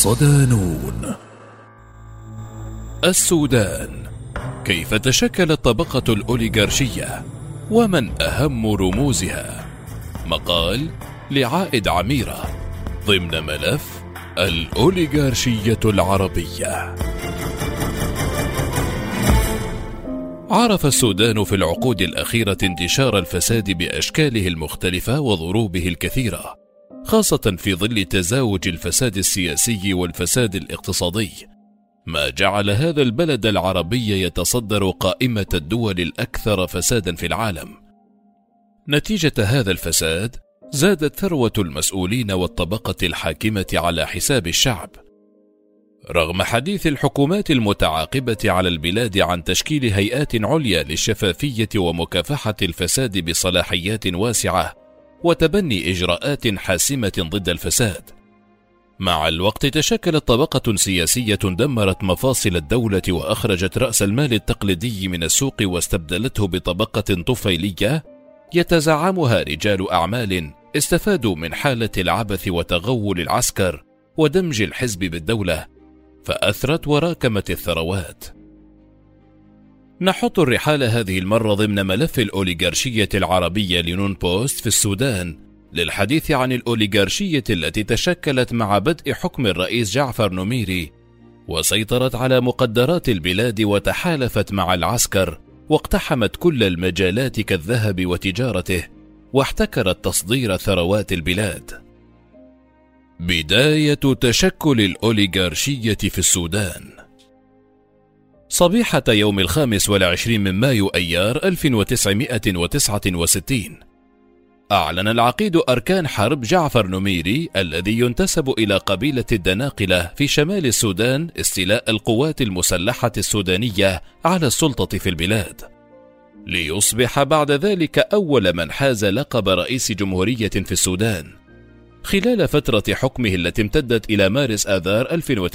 الصدانون. السودان، كيف تشكلت طبقة الأوليغارشية ومن أهم رموزها؟ مقال لعائد عميرة ضمن ملف الأوليغارشية العربية. عرف السودان في العقود الأخيرة انتشار الفساد بأشكاله المختلفة وضروبه الكثيرة، خاصة في ظل تزاوج الفساد السياسي والفساد الاقتصادي، ما جعل هذا البلد العربي يتصدر قائمة الدول الأكثر فسادا في العالم. نتيجة هذا الفساد زادت ثروة المسؤولين والطبقة الحاكمة على حساب الشعب، رغم حديث الحكومات المتعاقبة على البلاد عن تشكيل هيئات عليا للشفافية ومكافحة الفساد بصلاحيات واسعة وتبني إجراءات حاسمة ضد الفساد. مع الوقت تشكلت طبقة سياسية دمرت مفاصل الدولة وأخرجت رأس المال التقليدي من السوق واستبدلته بطبقة طفيلية يتزعمها رجال أعمال استفادوا من حالة العبث وتغول العسكر ودمج الحزب بالدولة، فأثرت وراكمت الثروات. نحط الرحال هذه المرة ضمن ملف الأوليغارشية العربية لنون بوست في السودان للحديث عن الأوليغارشية التي تشكلت مع بدء حكم الرئيس جعفر نميري، وسيطرت على مقدرات البلاد وتحالفت مع العسكر واقتحمت كل المجالات كالذهب وتجارته، واحتكرت تصدير ثروات البلاد. بداية تشكل الأوليغارشية في السودان. صبيحة يوم 25 من مايو أيار 1969 أعلن العقيد أركان حرب جعفر نميري الذي ينتسب إلى قبيلة الدناقلة في شمال السودان استيلاء القوات المسلحة السودانية على السلطة في البلاد، ليصبح بعد ذلك أول من حاز لقب رئيس جمهورية في السودان. خلال فترة حكمه التي امتدت إلى مارس آذار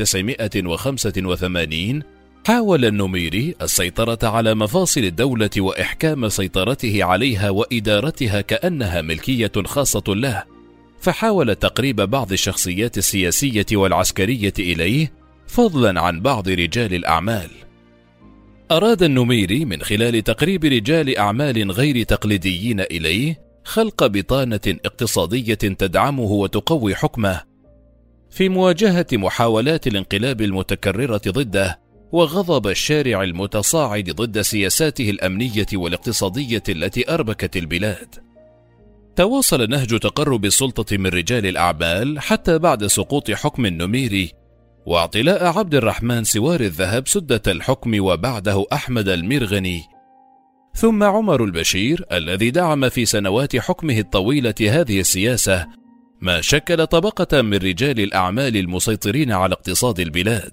1985 حاول النميري السيطرة على مفاصل الدولة وإحكام سيطرته عليها وإدارتها كأنها ملكية خاصة له، فحاول تقريب بعض الشخصيات السياسية والعسكرية إليه فضلا عن بعض رجال الأعمال. أراد النميري من خلال تقريب رجال أعمال غير تقليديين إليه خلق بطانة اقتصادية تدعمه وتقوي حكمه في مواجهة محاولات الانقلاب المتكررة ضده وغضب الشارع المتصاعد ضد سياساته الأمنية والاقتصادية التي أربكت البلاد. تواصل نهج تقرب السلطة من رجال الأعمال حتى بعد سقوط حكم النميري واعتلاء عبد الرحمن سوار الذهب سدة الحكم، وبعده أحمد المرغني، ثم عمر البشير الذي دعم في سنوات حكمه الطويلة هذه السياسة، ما شكل طبقة من رجال الأعمال المسيطرين على اقتصاد البلاد.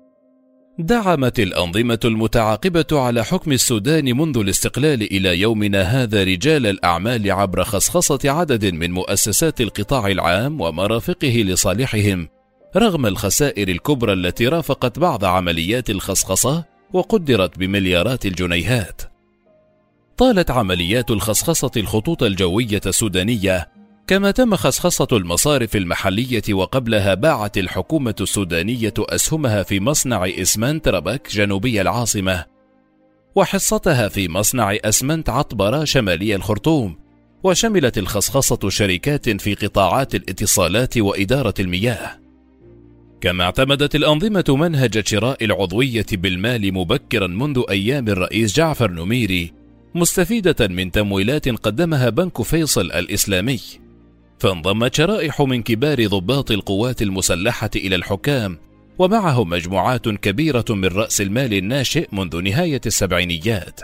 دعمت الأنظمة المتعاقبة على حكم السودان منذ الاستقلال إلى يومنا هذا رجال الأعمال عبر خصخصة عدد من مؤسسات القطاع العام ومرافقه لصالحهم، رغم الخسائر الكبرى التي رافقت بعض عمليات الخصخصة وقدرت بمليارات الجنيهات. طالت عمليات الخصخصة الخطوط الجوية السودانية، كما تم خصخصة المصارف المحلية، وقبلها باعت الحكومة السودانية أسهمها في مصنع إسمنت ربك جنوبي العاصمة، وحصتها في مصنع أسمنت عطبرة شمالي الخرطوم، وشملت الخصخصة شركات في قطاعات الاتصالات وإدارة المياه. كما اعتمدت الأنظمة منهج شراء العضوية بالمال مبكرا منذ أيام الرئيس جعفر نميري، مستفيدة من تمويلات قدمها بنك فيصل الإسلامي، فانضمت شرائح من كبار ضباط القوات المسلحة إلى الحكام، ومعهم مجموعات كبيرة من رأس المال الناشئ منذ نهاية السبعينيات.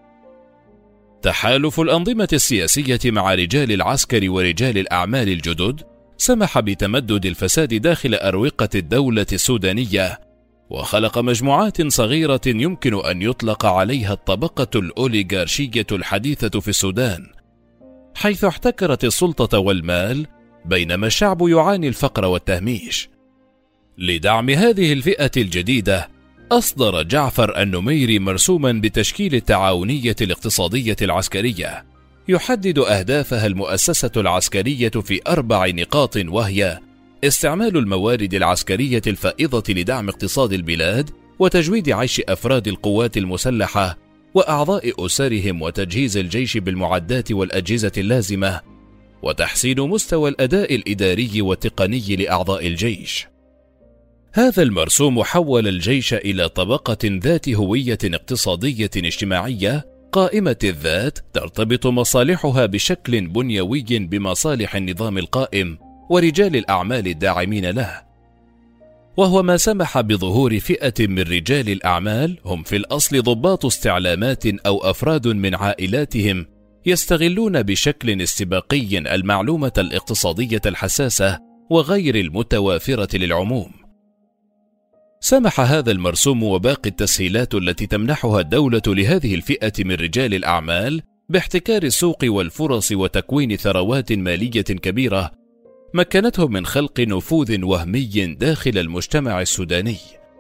تحالف الأنظمة السياسية مع رجال العسكر ورجال الأعمال الجدد سمح بتمدد الفساد داخل أروقة الدولة السودانية، وخلق مجموعات صغيرة يمكن أن يطلق عليها الطبقة الأوليغارشية الحديثة في السودان، حيث احتكرت السلطة والمال بينما الشعب يعاني الفقر والتهميش. لدعم هذه الفئة الجديدة أصدر جعفر النميري مرسوما بتشكيل التعاونية الاقتصادية العسكرية، يحدد أهدافها المؤسسة العسكرية في 4 نقاط، وهي استعمال الموارد العسكرية الفائضة لدعم اقتصاد البلاد وتجويد عيش أفراد القوات المسلحة وأعضاء أسرهم وتجهيز الجيش بالمعدات والأجهزة اللازمة وتحسين مستوى الأداء الإداري والتقني لأعضاء الجيش. هذا المرسوم حول الجيش إلى طبقة ذات هوية اقتصادية اجتماعية قائمة الذات ترتبط مصالحها بشكل بنيوي بمصالح النظام القائم ورجال الأعمال الداعمين له، وهو ما سمح بظهور فئة من رجال الأعمال هم في الأصل ضباط استعلامات أو أفراد من عائلاتهم يستغلون بشكل استباقي المعلومة الاقتصادية الحساسة وغير المتوافرة للعموم. سمح هذا المرسوم وباقي التسهيلات التي تمنحها الدولة لهذه الفئة من رجال الأعمال باحتكار السوق والفرص وتكوين ثروات مالية كبيرة مكنتهم من خلق نفوذ وهمي داخل المجتمع السوداني.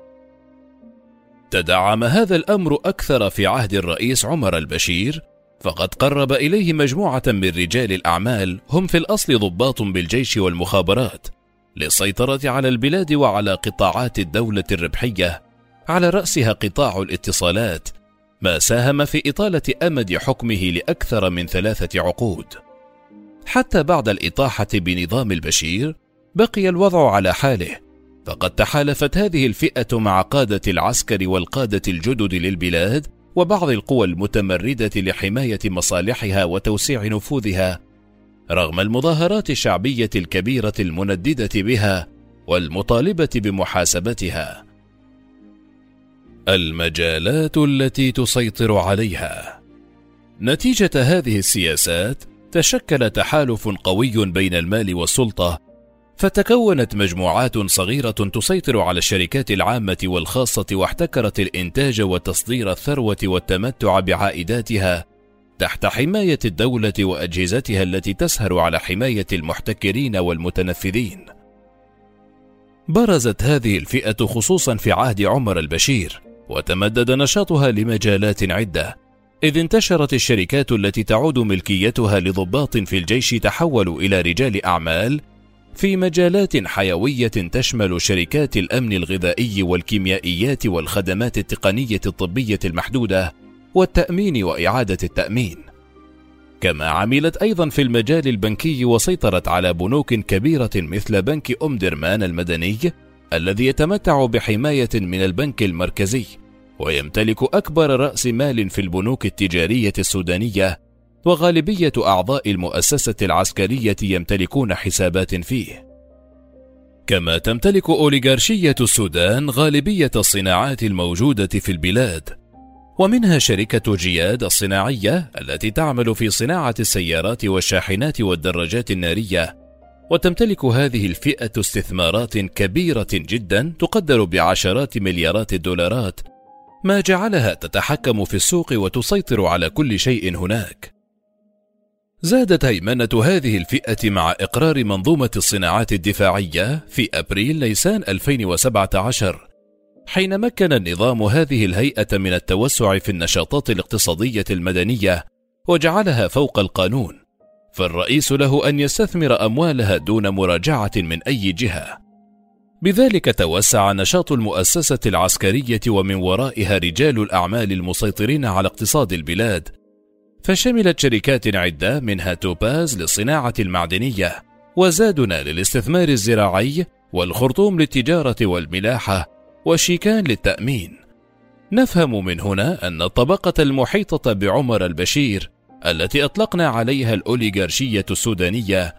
تدعم هذا الأمر أكثر في عهد الرئيس عمر البشير، فقد قرب إليه مجموعة من رجال الأعمال هم في الأصل ضباط بالجيش والمخابرات للسيطرة على البلاد وعلى قطاعات الدولة الربحية، على رأسها قطاع الاتصالات، ما ساهم في إطالة أمد حكمه لأكثر من 3 عقود. حتى بعد الإطاحة بنظام البشير بقي الوضع على حاله، فقد تحالفت هذه الفئة مع قادة العسكر والقادة الجدد للبلاد وبعض القوى المتمردة لحماية مصالحها وتوسيع نفوذها، رغم المظاهرات الشعبية الكبيرة المنددة بها والمطالبة بمحاسبتها. المجالات التي تسيطر عليها. نتيجة هذه السياسات تشكل تحالف قوي بين المال والسلطة، فتكونت مجموعات صغيرة تسيطر على الشركات العامة والخاصة واحتكرت الإنتاج وتصدير الثروة والتمتع بعائداتها تحت حماية الدولة وأجهزتها التي تسهر على حماية المحتكرين والمتنفذين. برزت هذه الفئة خصوصا في عهد عمر البشير، وتمدد نشاطها لمجالات عدة، إذ انتشرت الشركات التي تعود ملكيتها لضباط في الجيش تحولوا إلى رجال أعمال في مجالات حيوية تشمل شركات الأمن الغذائي والكيميائيات والخدمات التقنية الطبية المحدودة والتأمين وإعادة التأمين. كما عملت أيضا في المجال البنكي وسيطرت على بنوك كبيرة مثل بنك أم درمان المدني الذي يتمتع بحماية من البنك المركزي ويمتلك أكبر رأس مال في البنوك التجارية السودانية، وغالبية أعضاء المؤسسة العسكرية يمتلكون حسابات فيه. كما تمتلك أوليغارشية السودان غالبية الصناعات الموجودة في البلاد، ومنها شركة جياد الصناعية التي تعمل في صناعة السيارات والشاحنات والدراجات النارية. وتمتلك هذه الفئة استثمارات كبيرة جدا تقدر بعشرات مليارات الدولارات، ما جعلها تتحكم في السوق وتسيطر على كل شيء هناك. زادت هيمنة هذه الفئة مع إقرار منظومة الصناعات الدفاعية في أبريل نيسان 2017، حين مكن النظام هذه الهيئة من التوسع في النشاطات الاقتصادية المدنية وجعلها فوق القانون، فالرئيس له أن يستثمر أموالها دون مراجعة من أي جهة. بذلك توسع نشاط المؤسسة العسكرية ومن ورائها رجال الأعمال المسيطرين على اقتصاد البلاد، فشملت شركات عدة منها توباز للصناعة المعدنية، وزادنا للاستثمار الزراعي، والخرطوم للتجارة والملاحة، وشيكان للتأمين. نفهم من هنا أن الطبقة المحيطة بعمر البشير التي أطلقنا عليها الأوليغارشية السودانية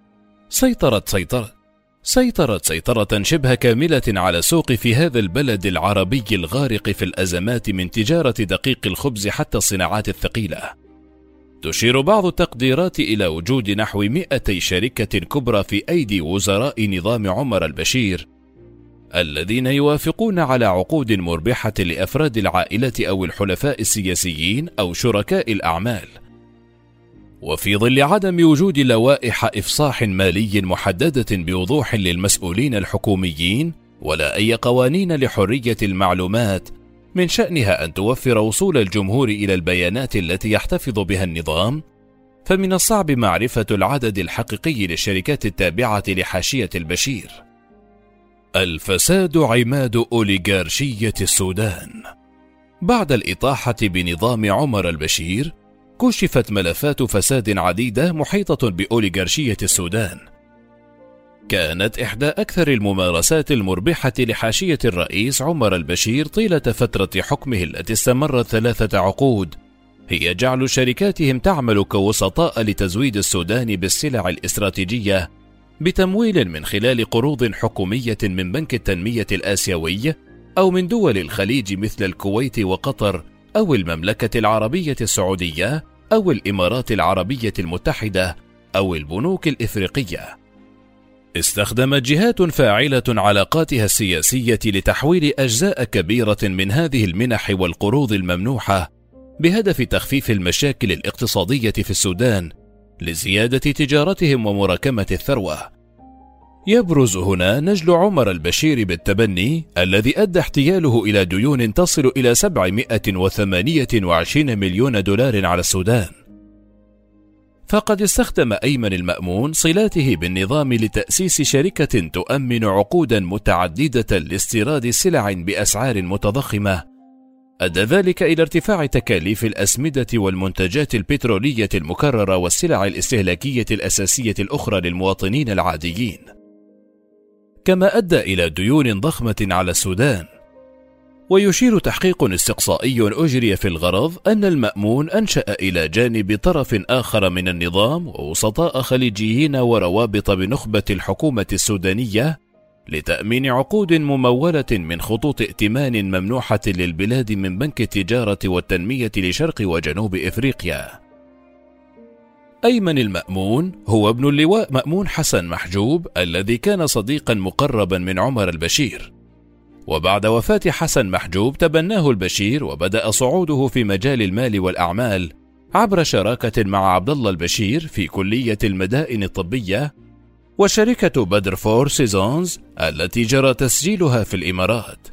سيطرت سيطرة شبه كاملة على السوق في هذا البلد العربي الغارق في الأزمات، من تجارة دقيق الخبز حتى الصناعات الثقيلة. تشير بعض التقديرات إلى وجود نحو 200 شركة كبرى في أيدي وزراء نظام عمر البشير الذين يوافقون على عقود مربحة لأفراد العائلة أو الحلفاء السياسيين أو شركاء الأعمال. وفي ظل عدم وجود لوائح إفصاح مالي محددة بوضوح للمسؤولين الحكوميين ولا أي قوانين لحرية المعلومات من شأنها أن توفر وصول الجمهور إلى البيانات التي يحتفظ بها النظام، فمن الصعب معرفة العدد الحقيقي للشركات التابعة لحاشية البشير. الفساد عماد أوليغارشية السودان. بعد الإطاحة بنظام عمر البشير، كشفت ملفات فساد عديدة محيطة بأوليغارشية السودان. كانت إحدى أكثر الممارسات المربحة لحاشية الرئيس عمر البشير طيلة فترة حكمه التي استمرت 3 عقود هي جعل شركاتهم تعمل كوسطاء لتزويد السودان بالسلع الاستراتيجية بتمويل من خلال قروض حكومية من بنك التنمية الآسيوي أو من دول الخليج مثل الكويت وقطر أو المملكة العربية السعودية أو الإمارات العربية المتحدة أو البنوك الإفريقية. استخدمت جهات فاعلة علاقاتها السياسية لتحويل أجزاء كبيرة من هذه المنح والقروض الممنوحة بهدف تخفيف المشاكل الاقتصادية في السودان لزيادة تجارتهم ومراكمة الثروة. يبرز هنا نجل عمر البشير بالتبني الذي أدى احتياله إلى ديون تصل إلى 728 مليون دولار على السودان. فقد استخدم أيمن المأمون صلاته بالنظام لتأسيس شركة تؤمن عقودا متعددة لاستيراد سلع بأسعار متضخمة، أدى ذلك إلى ارتفاع تكاليف الأسمدة والمنتجات البترولية المكررة والسلع الاستهلاكية الأساسية الأخرى للمواطنين العاديين، كما أدى إلى ديون ضخمة على السودان. ويشير تحقيق استقصائي أجري في الغرض أن المأمون أنشأ إلى جانب طرف آخر من النظام ووسطاء خليجيين وروابط بنخبة الحكومة السودانية لتأمين عقود ممولة من خطوط ائتمان ممنوحة للبلاد من بنك التجارة والتنمية لشرق وجنوب إفريقيا. أيمن المأمون هو ابن اللواء مأمون حسن محجوب الذي كان صديقا مقربا من عمر البشير، وبعد وفاة حسن محجوب تبناه البشير وبدأ صعوده في مجال المال والأعمال عبر شراكة مع عبد الله البشير في كلية المدائن الطبية وشركة بدر فور سيزونز التي جرى تسجيلها في الإمارات.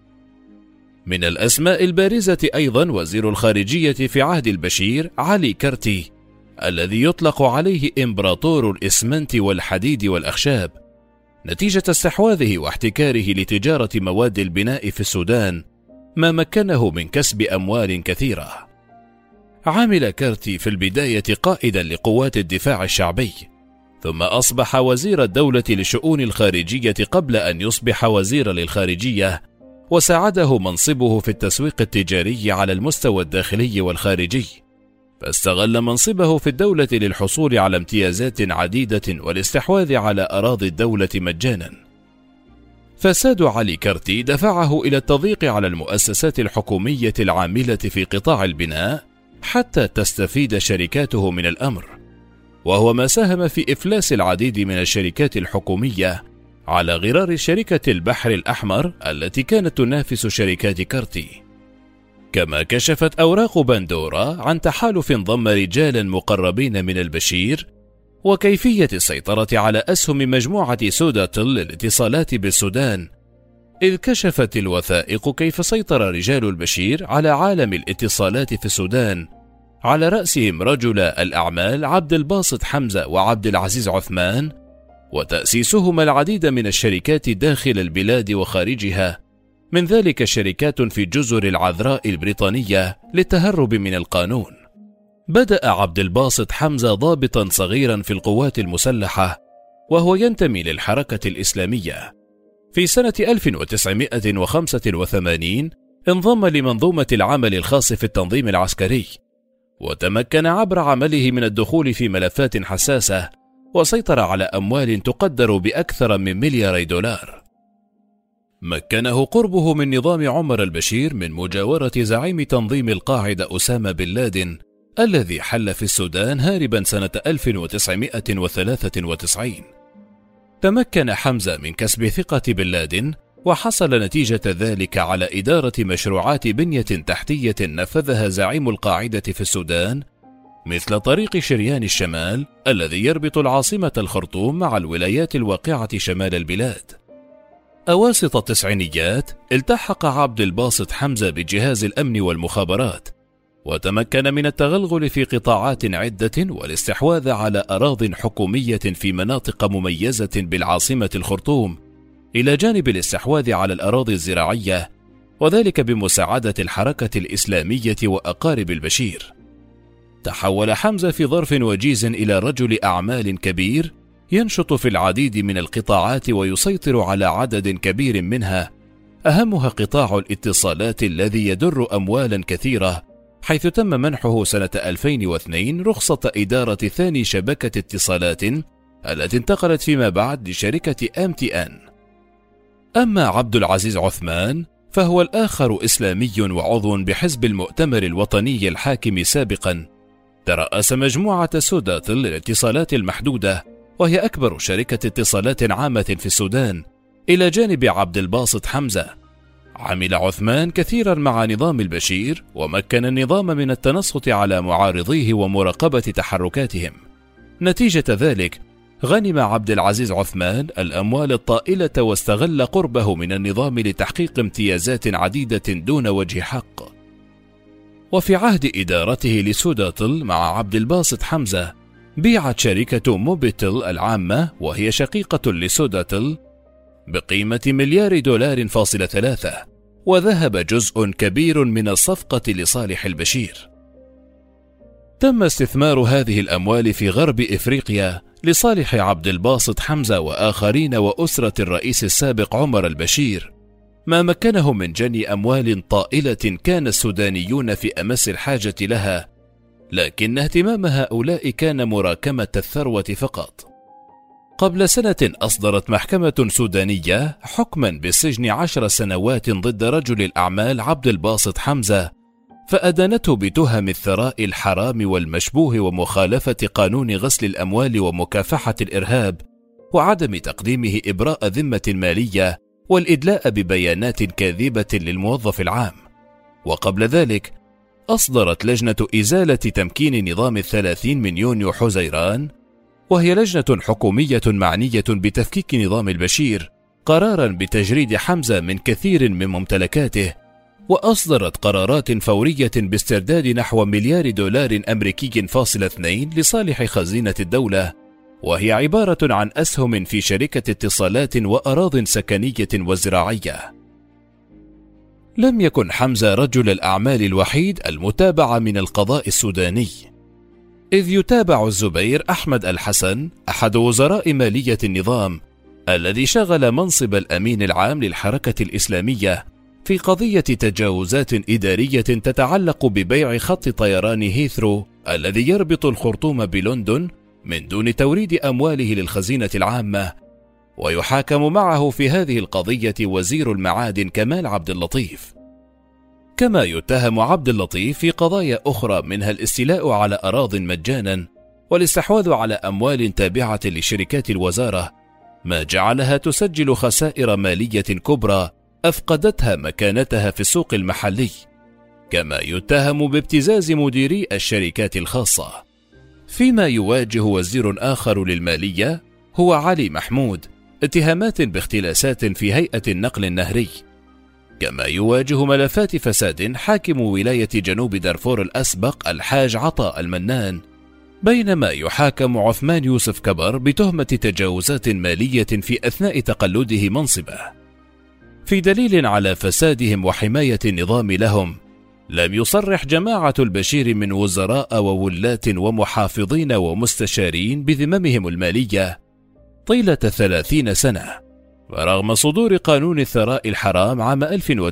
من الأسماء البارزة أيضا وزير الخارجية في عهد البشير علي كرتي الذي يطلق عليه إمبراطور الإسمنت والحديد والأخشاب نتيجة استحواذه واحتكاره لتجارة مواد البناء في السودان، ما مكنه من كسب أموال كثيرة. عمل كرتي في البداية قائدا لقوات الدفاع الشعبي، ثم أصبح وزير الدولة للشؤون الخارجية قبل أن يصبح وزير للخارجية، وساعده منصبه في التسويق التجاري على المستوى الداخلي والخارجي، فاستغل منصبه في الدولة للحصول على امتيازات عديدة والاستحواذ على أراضي الدولة مجانا. فساد علي كرتي دفعه إلى التضييق على المؤسسات الحكومية العاملة في قطاع البناء حتى تستفيد شركاته من الأمر، وهو ما ساهم في إفلاس العديد من الشركات الحكومية على غرار شركة البحر الأحمر التي كانت تنافس شركات كرتي. كما كشفت أوراق بندورا عن تحالف ضم رجالا مقربين من البشير وكيفية السيطرة على أسهم مجموعة سوداتل للاتصالات بالسودان، إذ كشفت الوثائق كيف سيطر رجال البشير على عالم الاتصالات في السودان، على رأسهم رجل الأعمال عبد الباسط حمزة وعبد العزيز عثمان، وتأسيسهما العديد من الشركات داخل البلاد وخارجها، من ذلك شركات في جزر العذراء البريطانية للتهرب من القانون. بدأ عبد الباسط حمزة ضابطا صغيرا في القوات المسلحة وهو ينتمي للحركة الإسلامية. في سنة 1985 انضم لمنظومة العمل الخاص في التنظيم العسكري، وتمكن عبر عمله من الدخول في ملفات حساسة، وسيطر على أموال تقدر بأكثر من ملياري دولار. مكنه قربه من نظام عمر البشير من مجاورة زعيم تنظيم القاعدة أسامة بن لادن الذي حل في السودان هاربا سنة 1993. تمكن حمزة من كسب ثقة بن لادن، وحصل نتيجة ذلك على إدارة مشروعات بنية تحتية نفذها زعيم القاعدة في السودان، مثل طريق شريان الشمال الذي يربط العاصمة الخرطوم مع الولايات الواقعة شمال البلاد. أواسط التسعينيات التحق عبد الباسط حمزة بجهاز الأمن والمخابرات، وتمكن من التغلغل في قطاعات عدة والاستحواذ على أراضٍ حكومية في مناطق مميزة بالعاصمة الخرطوم، إلى جانب الاستحواذ على الأراضي الزراعية، وذلك بمساعدة الحركة الإسلامية وأقارب البشير. تحول حمزة في ظرف وجيز إلى رجل أعمال كبير ينشط في العديد من القطاعات ويسيطر على عدد كبير منها، أهمها قطاع الاتصالات الذي يدر أموالا كثيرة، حيث تم منحه سنة 2002 رخصة إدارة ثاني شبكة اتصالات التي انتقلت فيما بعد لشركة MTN. أما عبد العزيز عثمان فهو الآخر إسلامي وعضو بحزب المؤتمر الوطني الحاكم سابقا، ترأس مجموعة سوداتل للاتصالات المحدودة، وهي أكبر شركة اتصالات عامة في السودان، إلى جانب عبد الباسط حمزة. عمل عثمان كثيرا مع نظام البشير، ومكن النظام من التنصت على معارضيه ومراقبة تحركاتهم. نتيجة ذلك غنم عبد العزيز عثمان الأموال الطائلة، واستغل قربه من النظام لتحقيق امتيازات عديدة دون وجه حق. وفي عهد إدارته لسوداتل مع عبد الباسط حمزة، بيعت شركة موبيتل العامة وهي شقيقة لسوداتل بقيمة $1.3 مليار، وذهب جزء كبير من الصفقة لصالح البشير. تم استثمار هذه الأموال في غرب إفريقيا لصالح عبد الباسط حمزة وآخرين وأسرة الرئيس السابق عمر البشير، ما مكنه من جني أموال طائلة كان السودانيون في أمس الحاجة لها، لكن اهتمام هؤلاء كان مراكمة الثروة فقط. قبل سنة أصدرت محكمة سودانية حكما بالسجن 10 سنوات ضد رجل الأعمال عبد الباسط حمزة، فأدانته بتهم الثراء الحرام والمشبوه ومخالفة قانون غسل الأموال ومكافحة الإرهاب، وعدم تقديمه إبراء ذمة مالية، والإدلاء ببيانات كاذبة للموظف العام. وقبل ذلك أصدرت لجنة إزالة تمكين نظام 30 من يونيو حزيران، وهي لجنة حكومية معنية بتفكيك نظام البشير، قرارا بتجريد حمزة من كثير من ممتلكاته، وأصدرت قرارات فورية باسترداد نحو $1 أمريكي فاصل 2 لصالح خزينة الدولة، وهي عبارة عن أسهم في شركة اتصالات وأراضٍ سكنية وزراعية. لم يكن حمزة رجل الأعمال الوحيد المتابع من القضاء السوداني، إذ يتابع الزبير أحمد الحسن أحد وزراء مالية النظام الذي شغل منصب الأمين العام للحركة الإسلامية في قضية تجاوزات إدارية تتعلق ببيع خط طيران هيثرو الذي يربط الخرطوم بلندن من دون توريد أمواله للخزينة العامة، ويحاكم معه في هذه القضية وزير المعادن كمال عبد اللطيف. كما يتهم عبد اللطيف في قضايا أخرى، منها الاستيلاء على أراضٍ مجانا والاستحواذ على أموال تابعة لشركات الوزارة، ما جعلها تسجل خسائر مالية كبرى أفقدتها مكانتها في السوق المحلي. كما يتهم بابتزاز مديري الشركات الخاصة. فيما يواجه وزير آخر للمالية هو علي محمود اتهامات باختلاسات في هيئة النقل النهري. كما يواجه ملفات فساد حاكم ولاية جنوب دارفور الأسبق الحاج عطاء المنان، بينما يحاكم عثمان يوسف كبر بتهمة تجاوزات مالية في أثناء تقلده منصبه. في دليل على فسادهم وحماية النظام لهم، لم يصرح جماعة البشير من وزراء وولاة ومحافظين ومستشارين بذممهم المالية طيلة 30 سنة، ورغم صدور قانون الثراء الحرام عام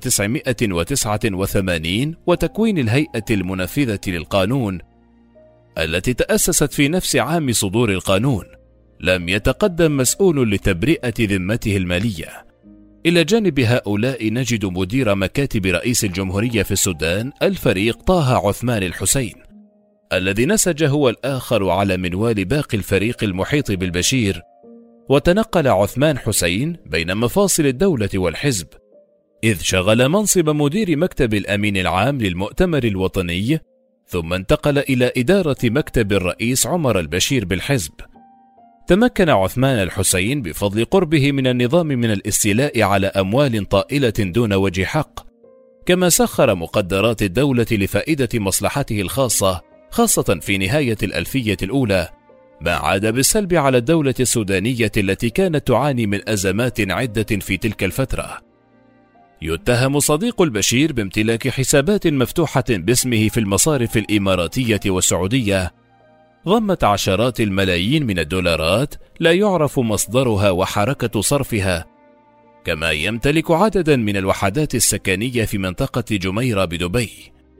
1989 وتكوين الهيئة المنفذة للقانون التي تأسست في نفس عام صدور القانون، لم يتقدم مسؤول لتبرئة ذمته المالية. إلى جانب هؤلاء نجد مدير مكاتب رئيس الجمهورية في السودان الفريق طه عثمان الحسين، الذي نسج هو الآخر على منوال باقي الفريق المحيط بالبشير، وتنقل عثمان حسين بين مفاصل الدولة والحزب، إذ شغل منصب مدير مكتب الأمين العام للمؤتمر الوطني، ثم انتقل إلى إدارة مكتب الرئيس عمر البشير بالحزب. تمكن عثمان الحسين بفضل قربه من النظام من الاستيلاء على أموال طائلة دون وجه حق، كما سخر مقدرات الدولة لفائدة مصلحته الخاصة، خاصة في نهاية الألفية الأولى، ما عاد بالسلب على الدولة السودانية التي كانت تعاني من أزمات عدة في تلك الفترة. يتهم صديق البشير بامتلاك حسابات مفتوحة باسمه في المصارف الإماراتية والسعودية ضمت عشرات الملايين من الدولارات لا يعرف مصدرها وحركة صرفها، كما يمتلك عددا من الوحدات السكنية في منطقة جميرة بدبي.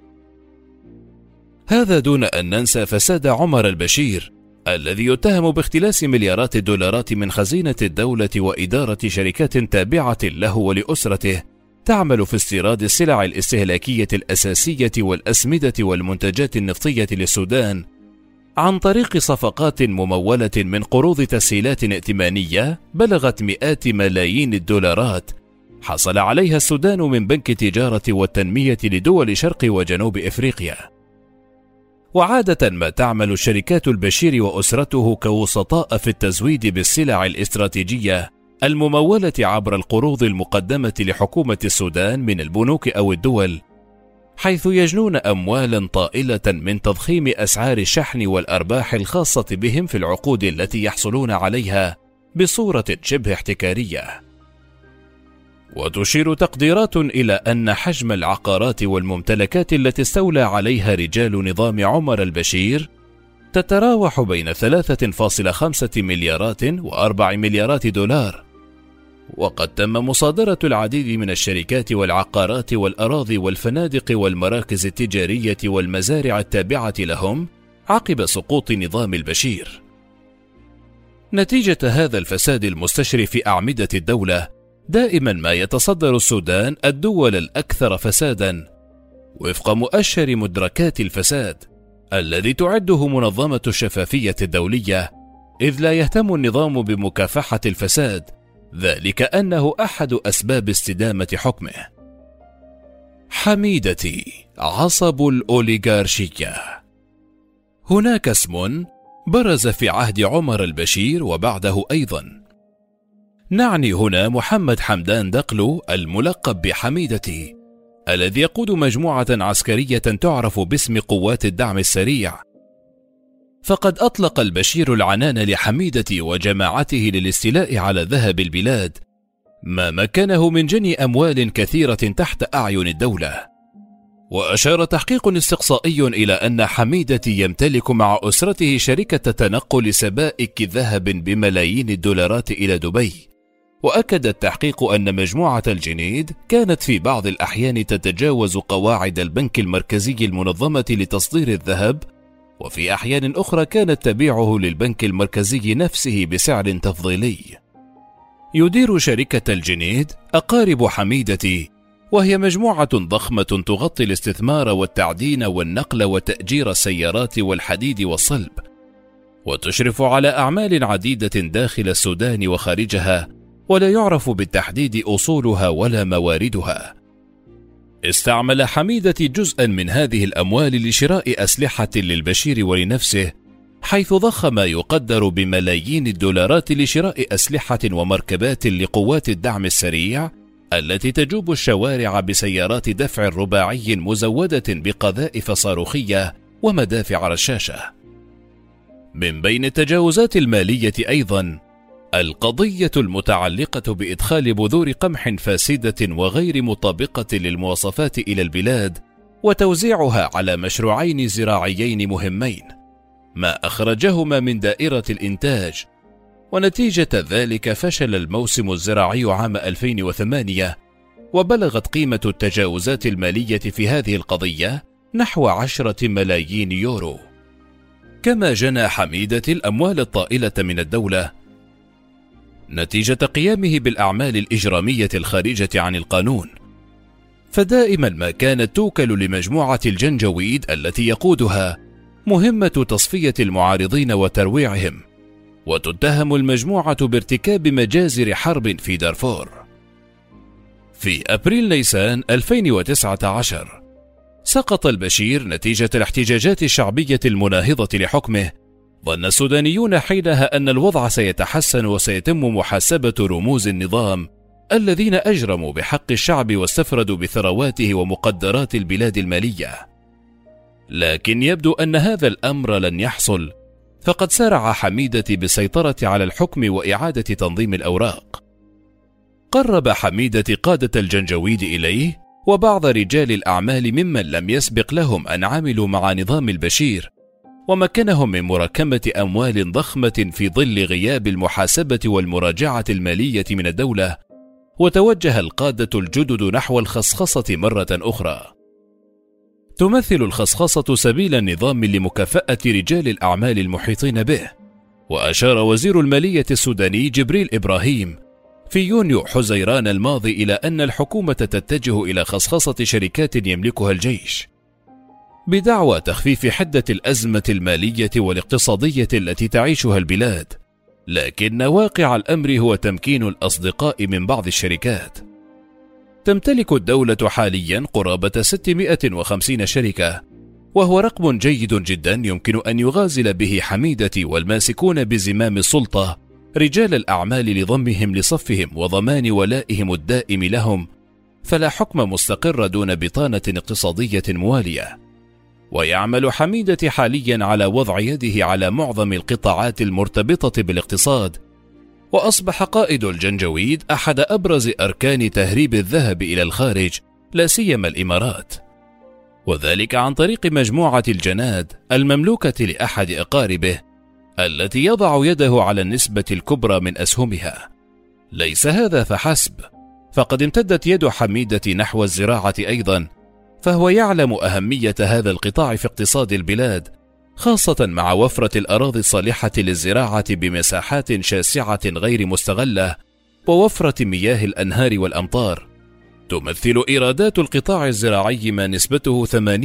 هذا دون أن ننسى فساد عمر البشير الذي يتهم باختلاس مليارات الدولارات من خزينة الدولة وإدارة شركات تابعة له ولأسرته تعمل في استيراد السلع الاستهلاكية الأساسية والأسمدة والمنتجات النفطية للسودان عن طريق صفقات ممولة من قروض تسهيلات ائتمانية بلغت مئات ملايين الدولارات حصل عليها السودان من بنك التجارة والتنمية لدول شرق وجنوب إفريقيا. وعادة ما تعمل شركات البشير وأسرته كوسطاء في التزويد بالسلع الاستراتيجية الممولة عبر القروض المقدمة لحكومة السودان من البنوك أو الدول، حيث يجنون أموالا طائلة من تضخيم أسعار الشحن والأرباح الخاصة بهم في العقود التي يحصلون عليها بصورة شبه احتكارية. وتشير تقديرات إلى أن حجم العقارات والممتلكات التي استولى عليها رجال نظام عمر البشير تتراوح بين 3.5 مليارات و4 مليارات دولار، وقد تم مصادرة العديد من الشركات والعقارات والأراضي والفنادق والمراكز التجارية والمزارع التابعة لهم عقب سقوط نظام البشير. نتيجة هذا الفساد المستشري في أعمدة الدولة، دائما ما يتصدر السودان الدول الأكثر فسادا وفق مؤشر مدركات الفساد الذي تعده منظمة الشفافية الدولية، إذ لا يهتم النظام بمكافحة الفساد، ذلك أنه أحد أسباب استدامة حكمه. حميدتي عصب الأوليغارشية. هناك اسم برز في عهد عمر البشير وبعده أيضا، نعني هنا محمد حمدان دقلو الملقب بحميدتي، الذي يقود مجموعة عسكرية تعرف باسم قوات الدعم السريع. فقد أطلق البشير العنان لحميدتي وجماعته للاستيلاء على ذهب البلاد، ما مكنه من جني أموال كثيرة تحت أعين الدولة. وأشار تحقيق استقصائي إلى أن حميدتي يمتلك مع أسرته شركة تنقل سبائك ذهب بملايين الدولارات إلى دبي. وأكد التحقيق أن مجموعة الجنيد كانت في بعض الأحيان تتجاوز قواعد البنك المركزي المنظمة لتصدير الذهب، وفي أحيان أخرى كانت تبيعه للبنك المركزي نفسه بسعر تفضيلي. يدير شركة الجنيد أقارب حميدتي، وهي مجموعة ضخمة تغطي الاستثمار والتعدين والنقل وتأجير السيارات والحديد والصلب، وتشرف على أعمال عديدة داخل السودان وخارجها، ولا يعرف بالتحديد أصولها ولا مواردها. استعمل حميدتي جزءا من هذه الأموال لشراء أسلحة للبشير ولنفسه، حيث ضخ ما يقدر بملايين الدولارات لشراء أسلحة ومركبات لقوات الدعم السريع التي تجوب الشوارع بسيارات دفع رباعي مزودة بقذائف صاروخية ومدافع رشاشة. من بين التجاوزات المالية أيضا القضية المتعلقة بإدخال بذور قمح فاسدة وغير مطابقة للمواصفات إلى البلاد وتوزيعها على مشروعين زراعيين مهمين، ما أخرجهما من دائرة الإنتاج. ونتيجة ذلك فشل الموسم الزراعي عام 2008، وبلغت قيمة التجاوزات المالية في هذه القضية نحو 10 ملايين يورو. كما جنى حميدتي الأموال الطائلة من الدولة نتيجة قيامه بالأعمال الإجرامية الخارجة عن القانون، فدائما ما كانت توكل لمجموعة الجنجويد التي يقودها مهمة تصفية المعارضين وترويعهم، وتتهم المجموعة بارتكاب مجازر حرب في دارفور. في أبريل نيسان 2019 سقط البشير نتيجة الاحتجاجات الشعبية المناهضة لحكمه. ظن السودانيون حينها أن الوضع سيتحسن وسيتم محاسبة رموز النظام الذين أجرموا بحق الشعب واستفردوا بثرواته ومقدرات البلاد المالية. لكن يبدو أن هذا الأمر لن يحصل، فقد سارع حميدة بالسيطرة على الحكم وإعادة تنظيم الأوراق. قرب حميدة قادة الجنجويد إليه وبعض رجال الأعمال ممن لم يسبق لهم أن عملوا مع نظام البشير، ومكنهم من مراكمة أموال ضخمة في ظل غياب المحاسبة والمراجعة المالية من الدولة، وتوجه القادة الجدد نحو الخصخصة مرة أخرى. تمثل الخصخصة سبيل النظام لمكافأة رجال الأعمال المحيطين به. وأشار وزير المالية السوداني جبريل إبراهيم في يونيو حزيران الماضي إلى أن الحكومة تتجه إلى خصخصة شركات يملكها الجيش بدعوى تخفيف حدة الأزمة المالية والاقتصادية التي تعيشها البلاد، لكن واقع الأمر هو تمكين الأصدقاء من بعض الشركات. تمتلك الدولة حاليا قرابة 650 شركة، وهو رقم جيد جدا يمكن أن يغازل به حميدة والماسكون بزمام السلطة رجال الأعمال لضمهم لصفهم وضمان ولائهم الدائم لهم، فلا حكم مستقر دون بطانة اقتصادية موالية. ويعمل حميدة حاليا على وضع يده على معظم القطاعات المرتبطة بالاقتصاد، وأصبح قائد الجنجويد أحد أبرز أركان تهريب الذهب إلى الخارج، لا سيما الإمارات، وذلك عن طريق مجموعة الجناد المملوكة لأحد أقاربه التي يضع يده على النسبة الكبرى من أسهمها. ليس هذا فحسب، فقد امتدت يد حميدة نحو الزراعة أيضا، فهو يعلم أهمية هذا القطاع في اقتصاد البلاد، خاصة مع وفرة الأراضي الصالحة للزراعة بمساحات شاسعة غير مستغلة، ووفرة مياه الأنهار والأمطار. تمثل إيرادات القطاع الزراعي ما نسبته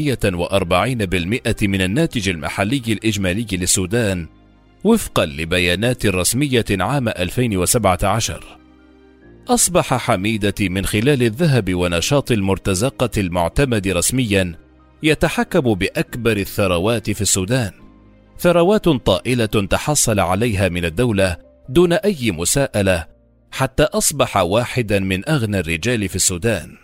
48% من الناتج المحلي الإجمالي للسودان، وفقا لبيانات رسمية عام 2017. أصبح حميدة من خلال الذهب ونشاط المرتزقة المعتمد رسميا يتحكم بأكبر الثروات في السودان، ثروات طائلة تحصل عليها من الدولة دون أي مساءلة، حتى أصبح واحدا من أغنى الرجال في السودان.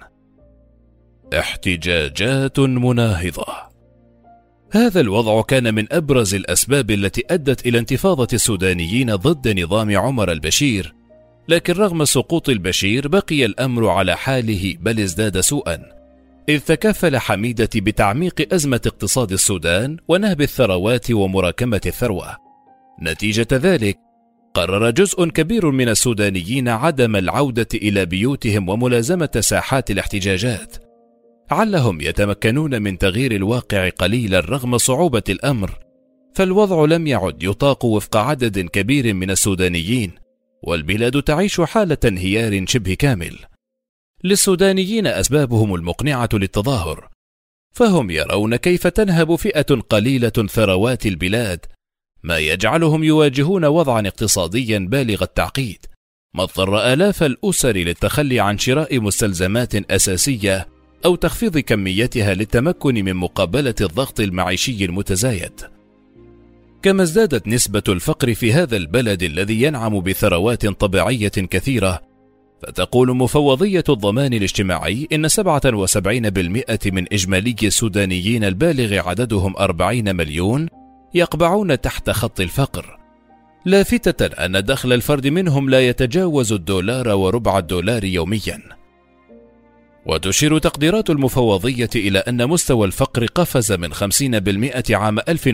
احتجاجات مناهضة. هذا الوضع كان من أبرز الأسباب التي أدت إلى انتفاضة السودانيين ضد نظام عمر البشير، لكن رغم سقوط البشير بقي الأمر على حاله، بل ازداد سوءا، إذ تكفل حميدة بتعميق أزمة اقتصاد السودان ونهب الثروات ومراكمة الثروة. نتيجة ذلك قرر جزء كبير من السودانيين عدم العودة إلى بيوتهم وملازمة ساحات الاحتجاجات، علهم يتمكنون من تغيير الواقع قليلا رغم صعوبة الأمر، فالوضع لم يعد يطاق وفق عدد كبير من السودانيين، والبلاد تعيش حالة انهيار شبه كامل. للسودانيين أسبابهم المقنعة للتظاهر، فهم يرون كيف تنهب فئة قليلة ثروات البلاد، ما يجعلهم يواجهون وضعا اقتصاديا بالغ التعقيد، ما اضطر آلاف الأسر للتخلي عن شراء مستلزمات أساسية أو تخفيض كميتها للتمكن من مقابلة الضغط المعيشي المتزايد. كما ازدادت نسبة الفقر في هذا البلد الذي ينعم بثروات طبيعية كثيرة، فتقول مفوضية الضمان الاجتماعي إن 77% من إجمالي السودانيين البالغ عددهم 40 مليون يقبعون تحت خط الفقر، لافتة أن دخل الفرد منهم لا يتجاوز $1.25 يوميا. وتشير تقديرات المفوضية إلى أن مستوى الفقر قفز من 50% عام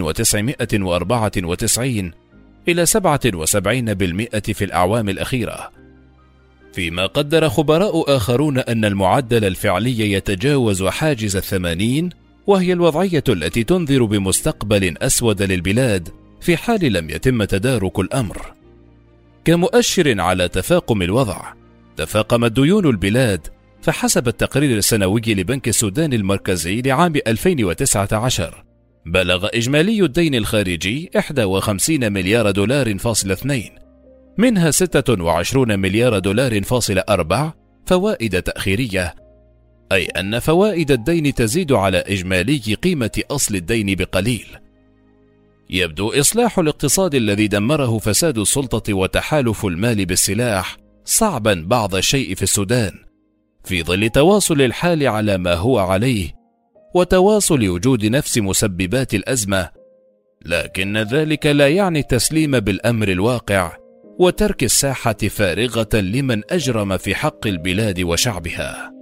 1994 إلى 77% في الأعوام الأخيرة، فيما قدر خبراء آخرون أن المعدل الفعلي يتجاوز حاجز 80، وهي الوضعية التي تنذر بمستقبل أسود للبلاد في حال لم يتم تدارك الأمر. كمؤشر على تفاقم الوضع، تفاقمت ديون البلاد، فحسب التقرير السنوي لبنك السودان المركزي لعام 2019 بلغ إجمالي الدين الخارجي 51 مليار $2.2، منها 26 مليار $4 فوائد تأخيرية، أي أن فوائد الدين تزيد على إجمالي قيمة أصل الدين بقليل. يبدو إصلاح الاقتصاد الذي دمره فساد السلطة وتحالف المال بالسلاح صعبا بعض الشيء في السودان في ظل تواصل الحال على ما هو عليه وتواصل وجود نفس مسببات الأزمة، لكن ذلك لا يعني التسليم بالأمر الواقع وترك الساحة فارغة لمن أجرم في حق البلاد وشعبها.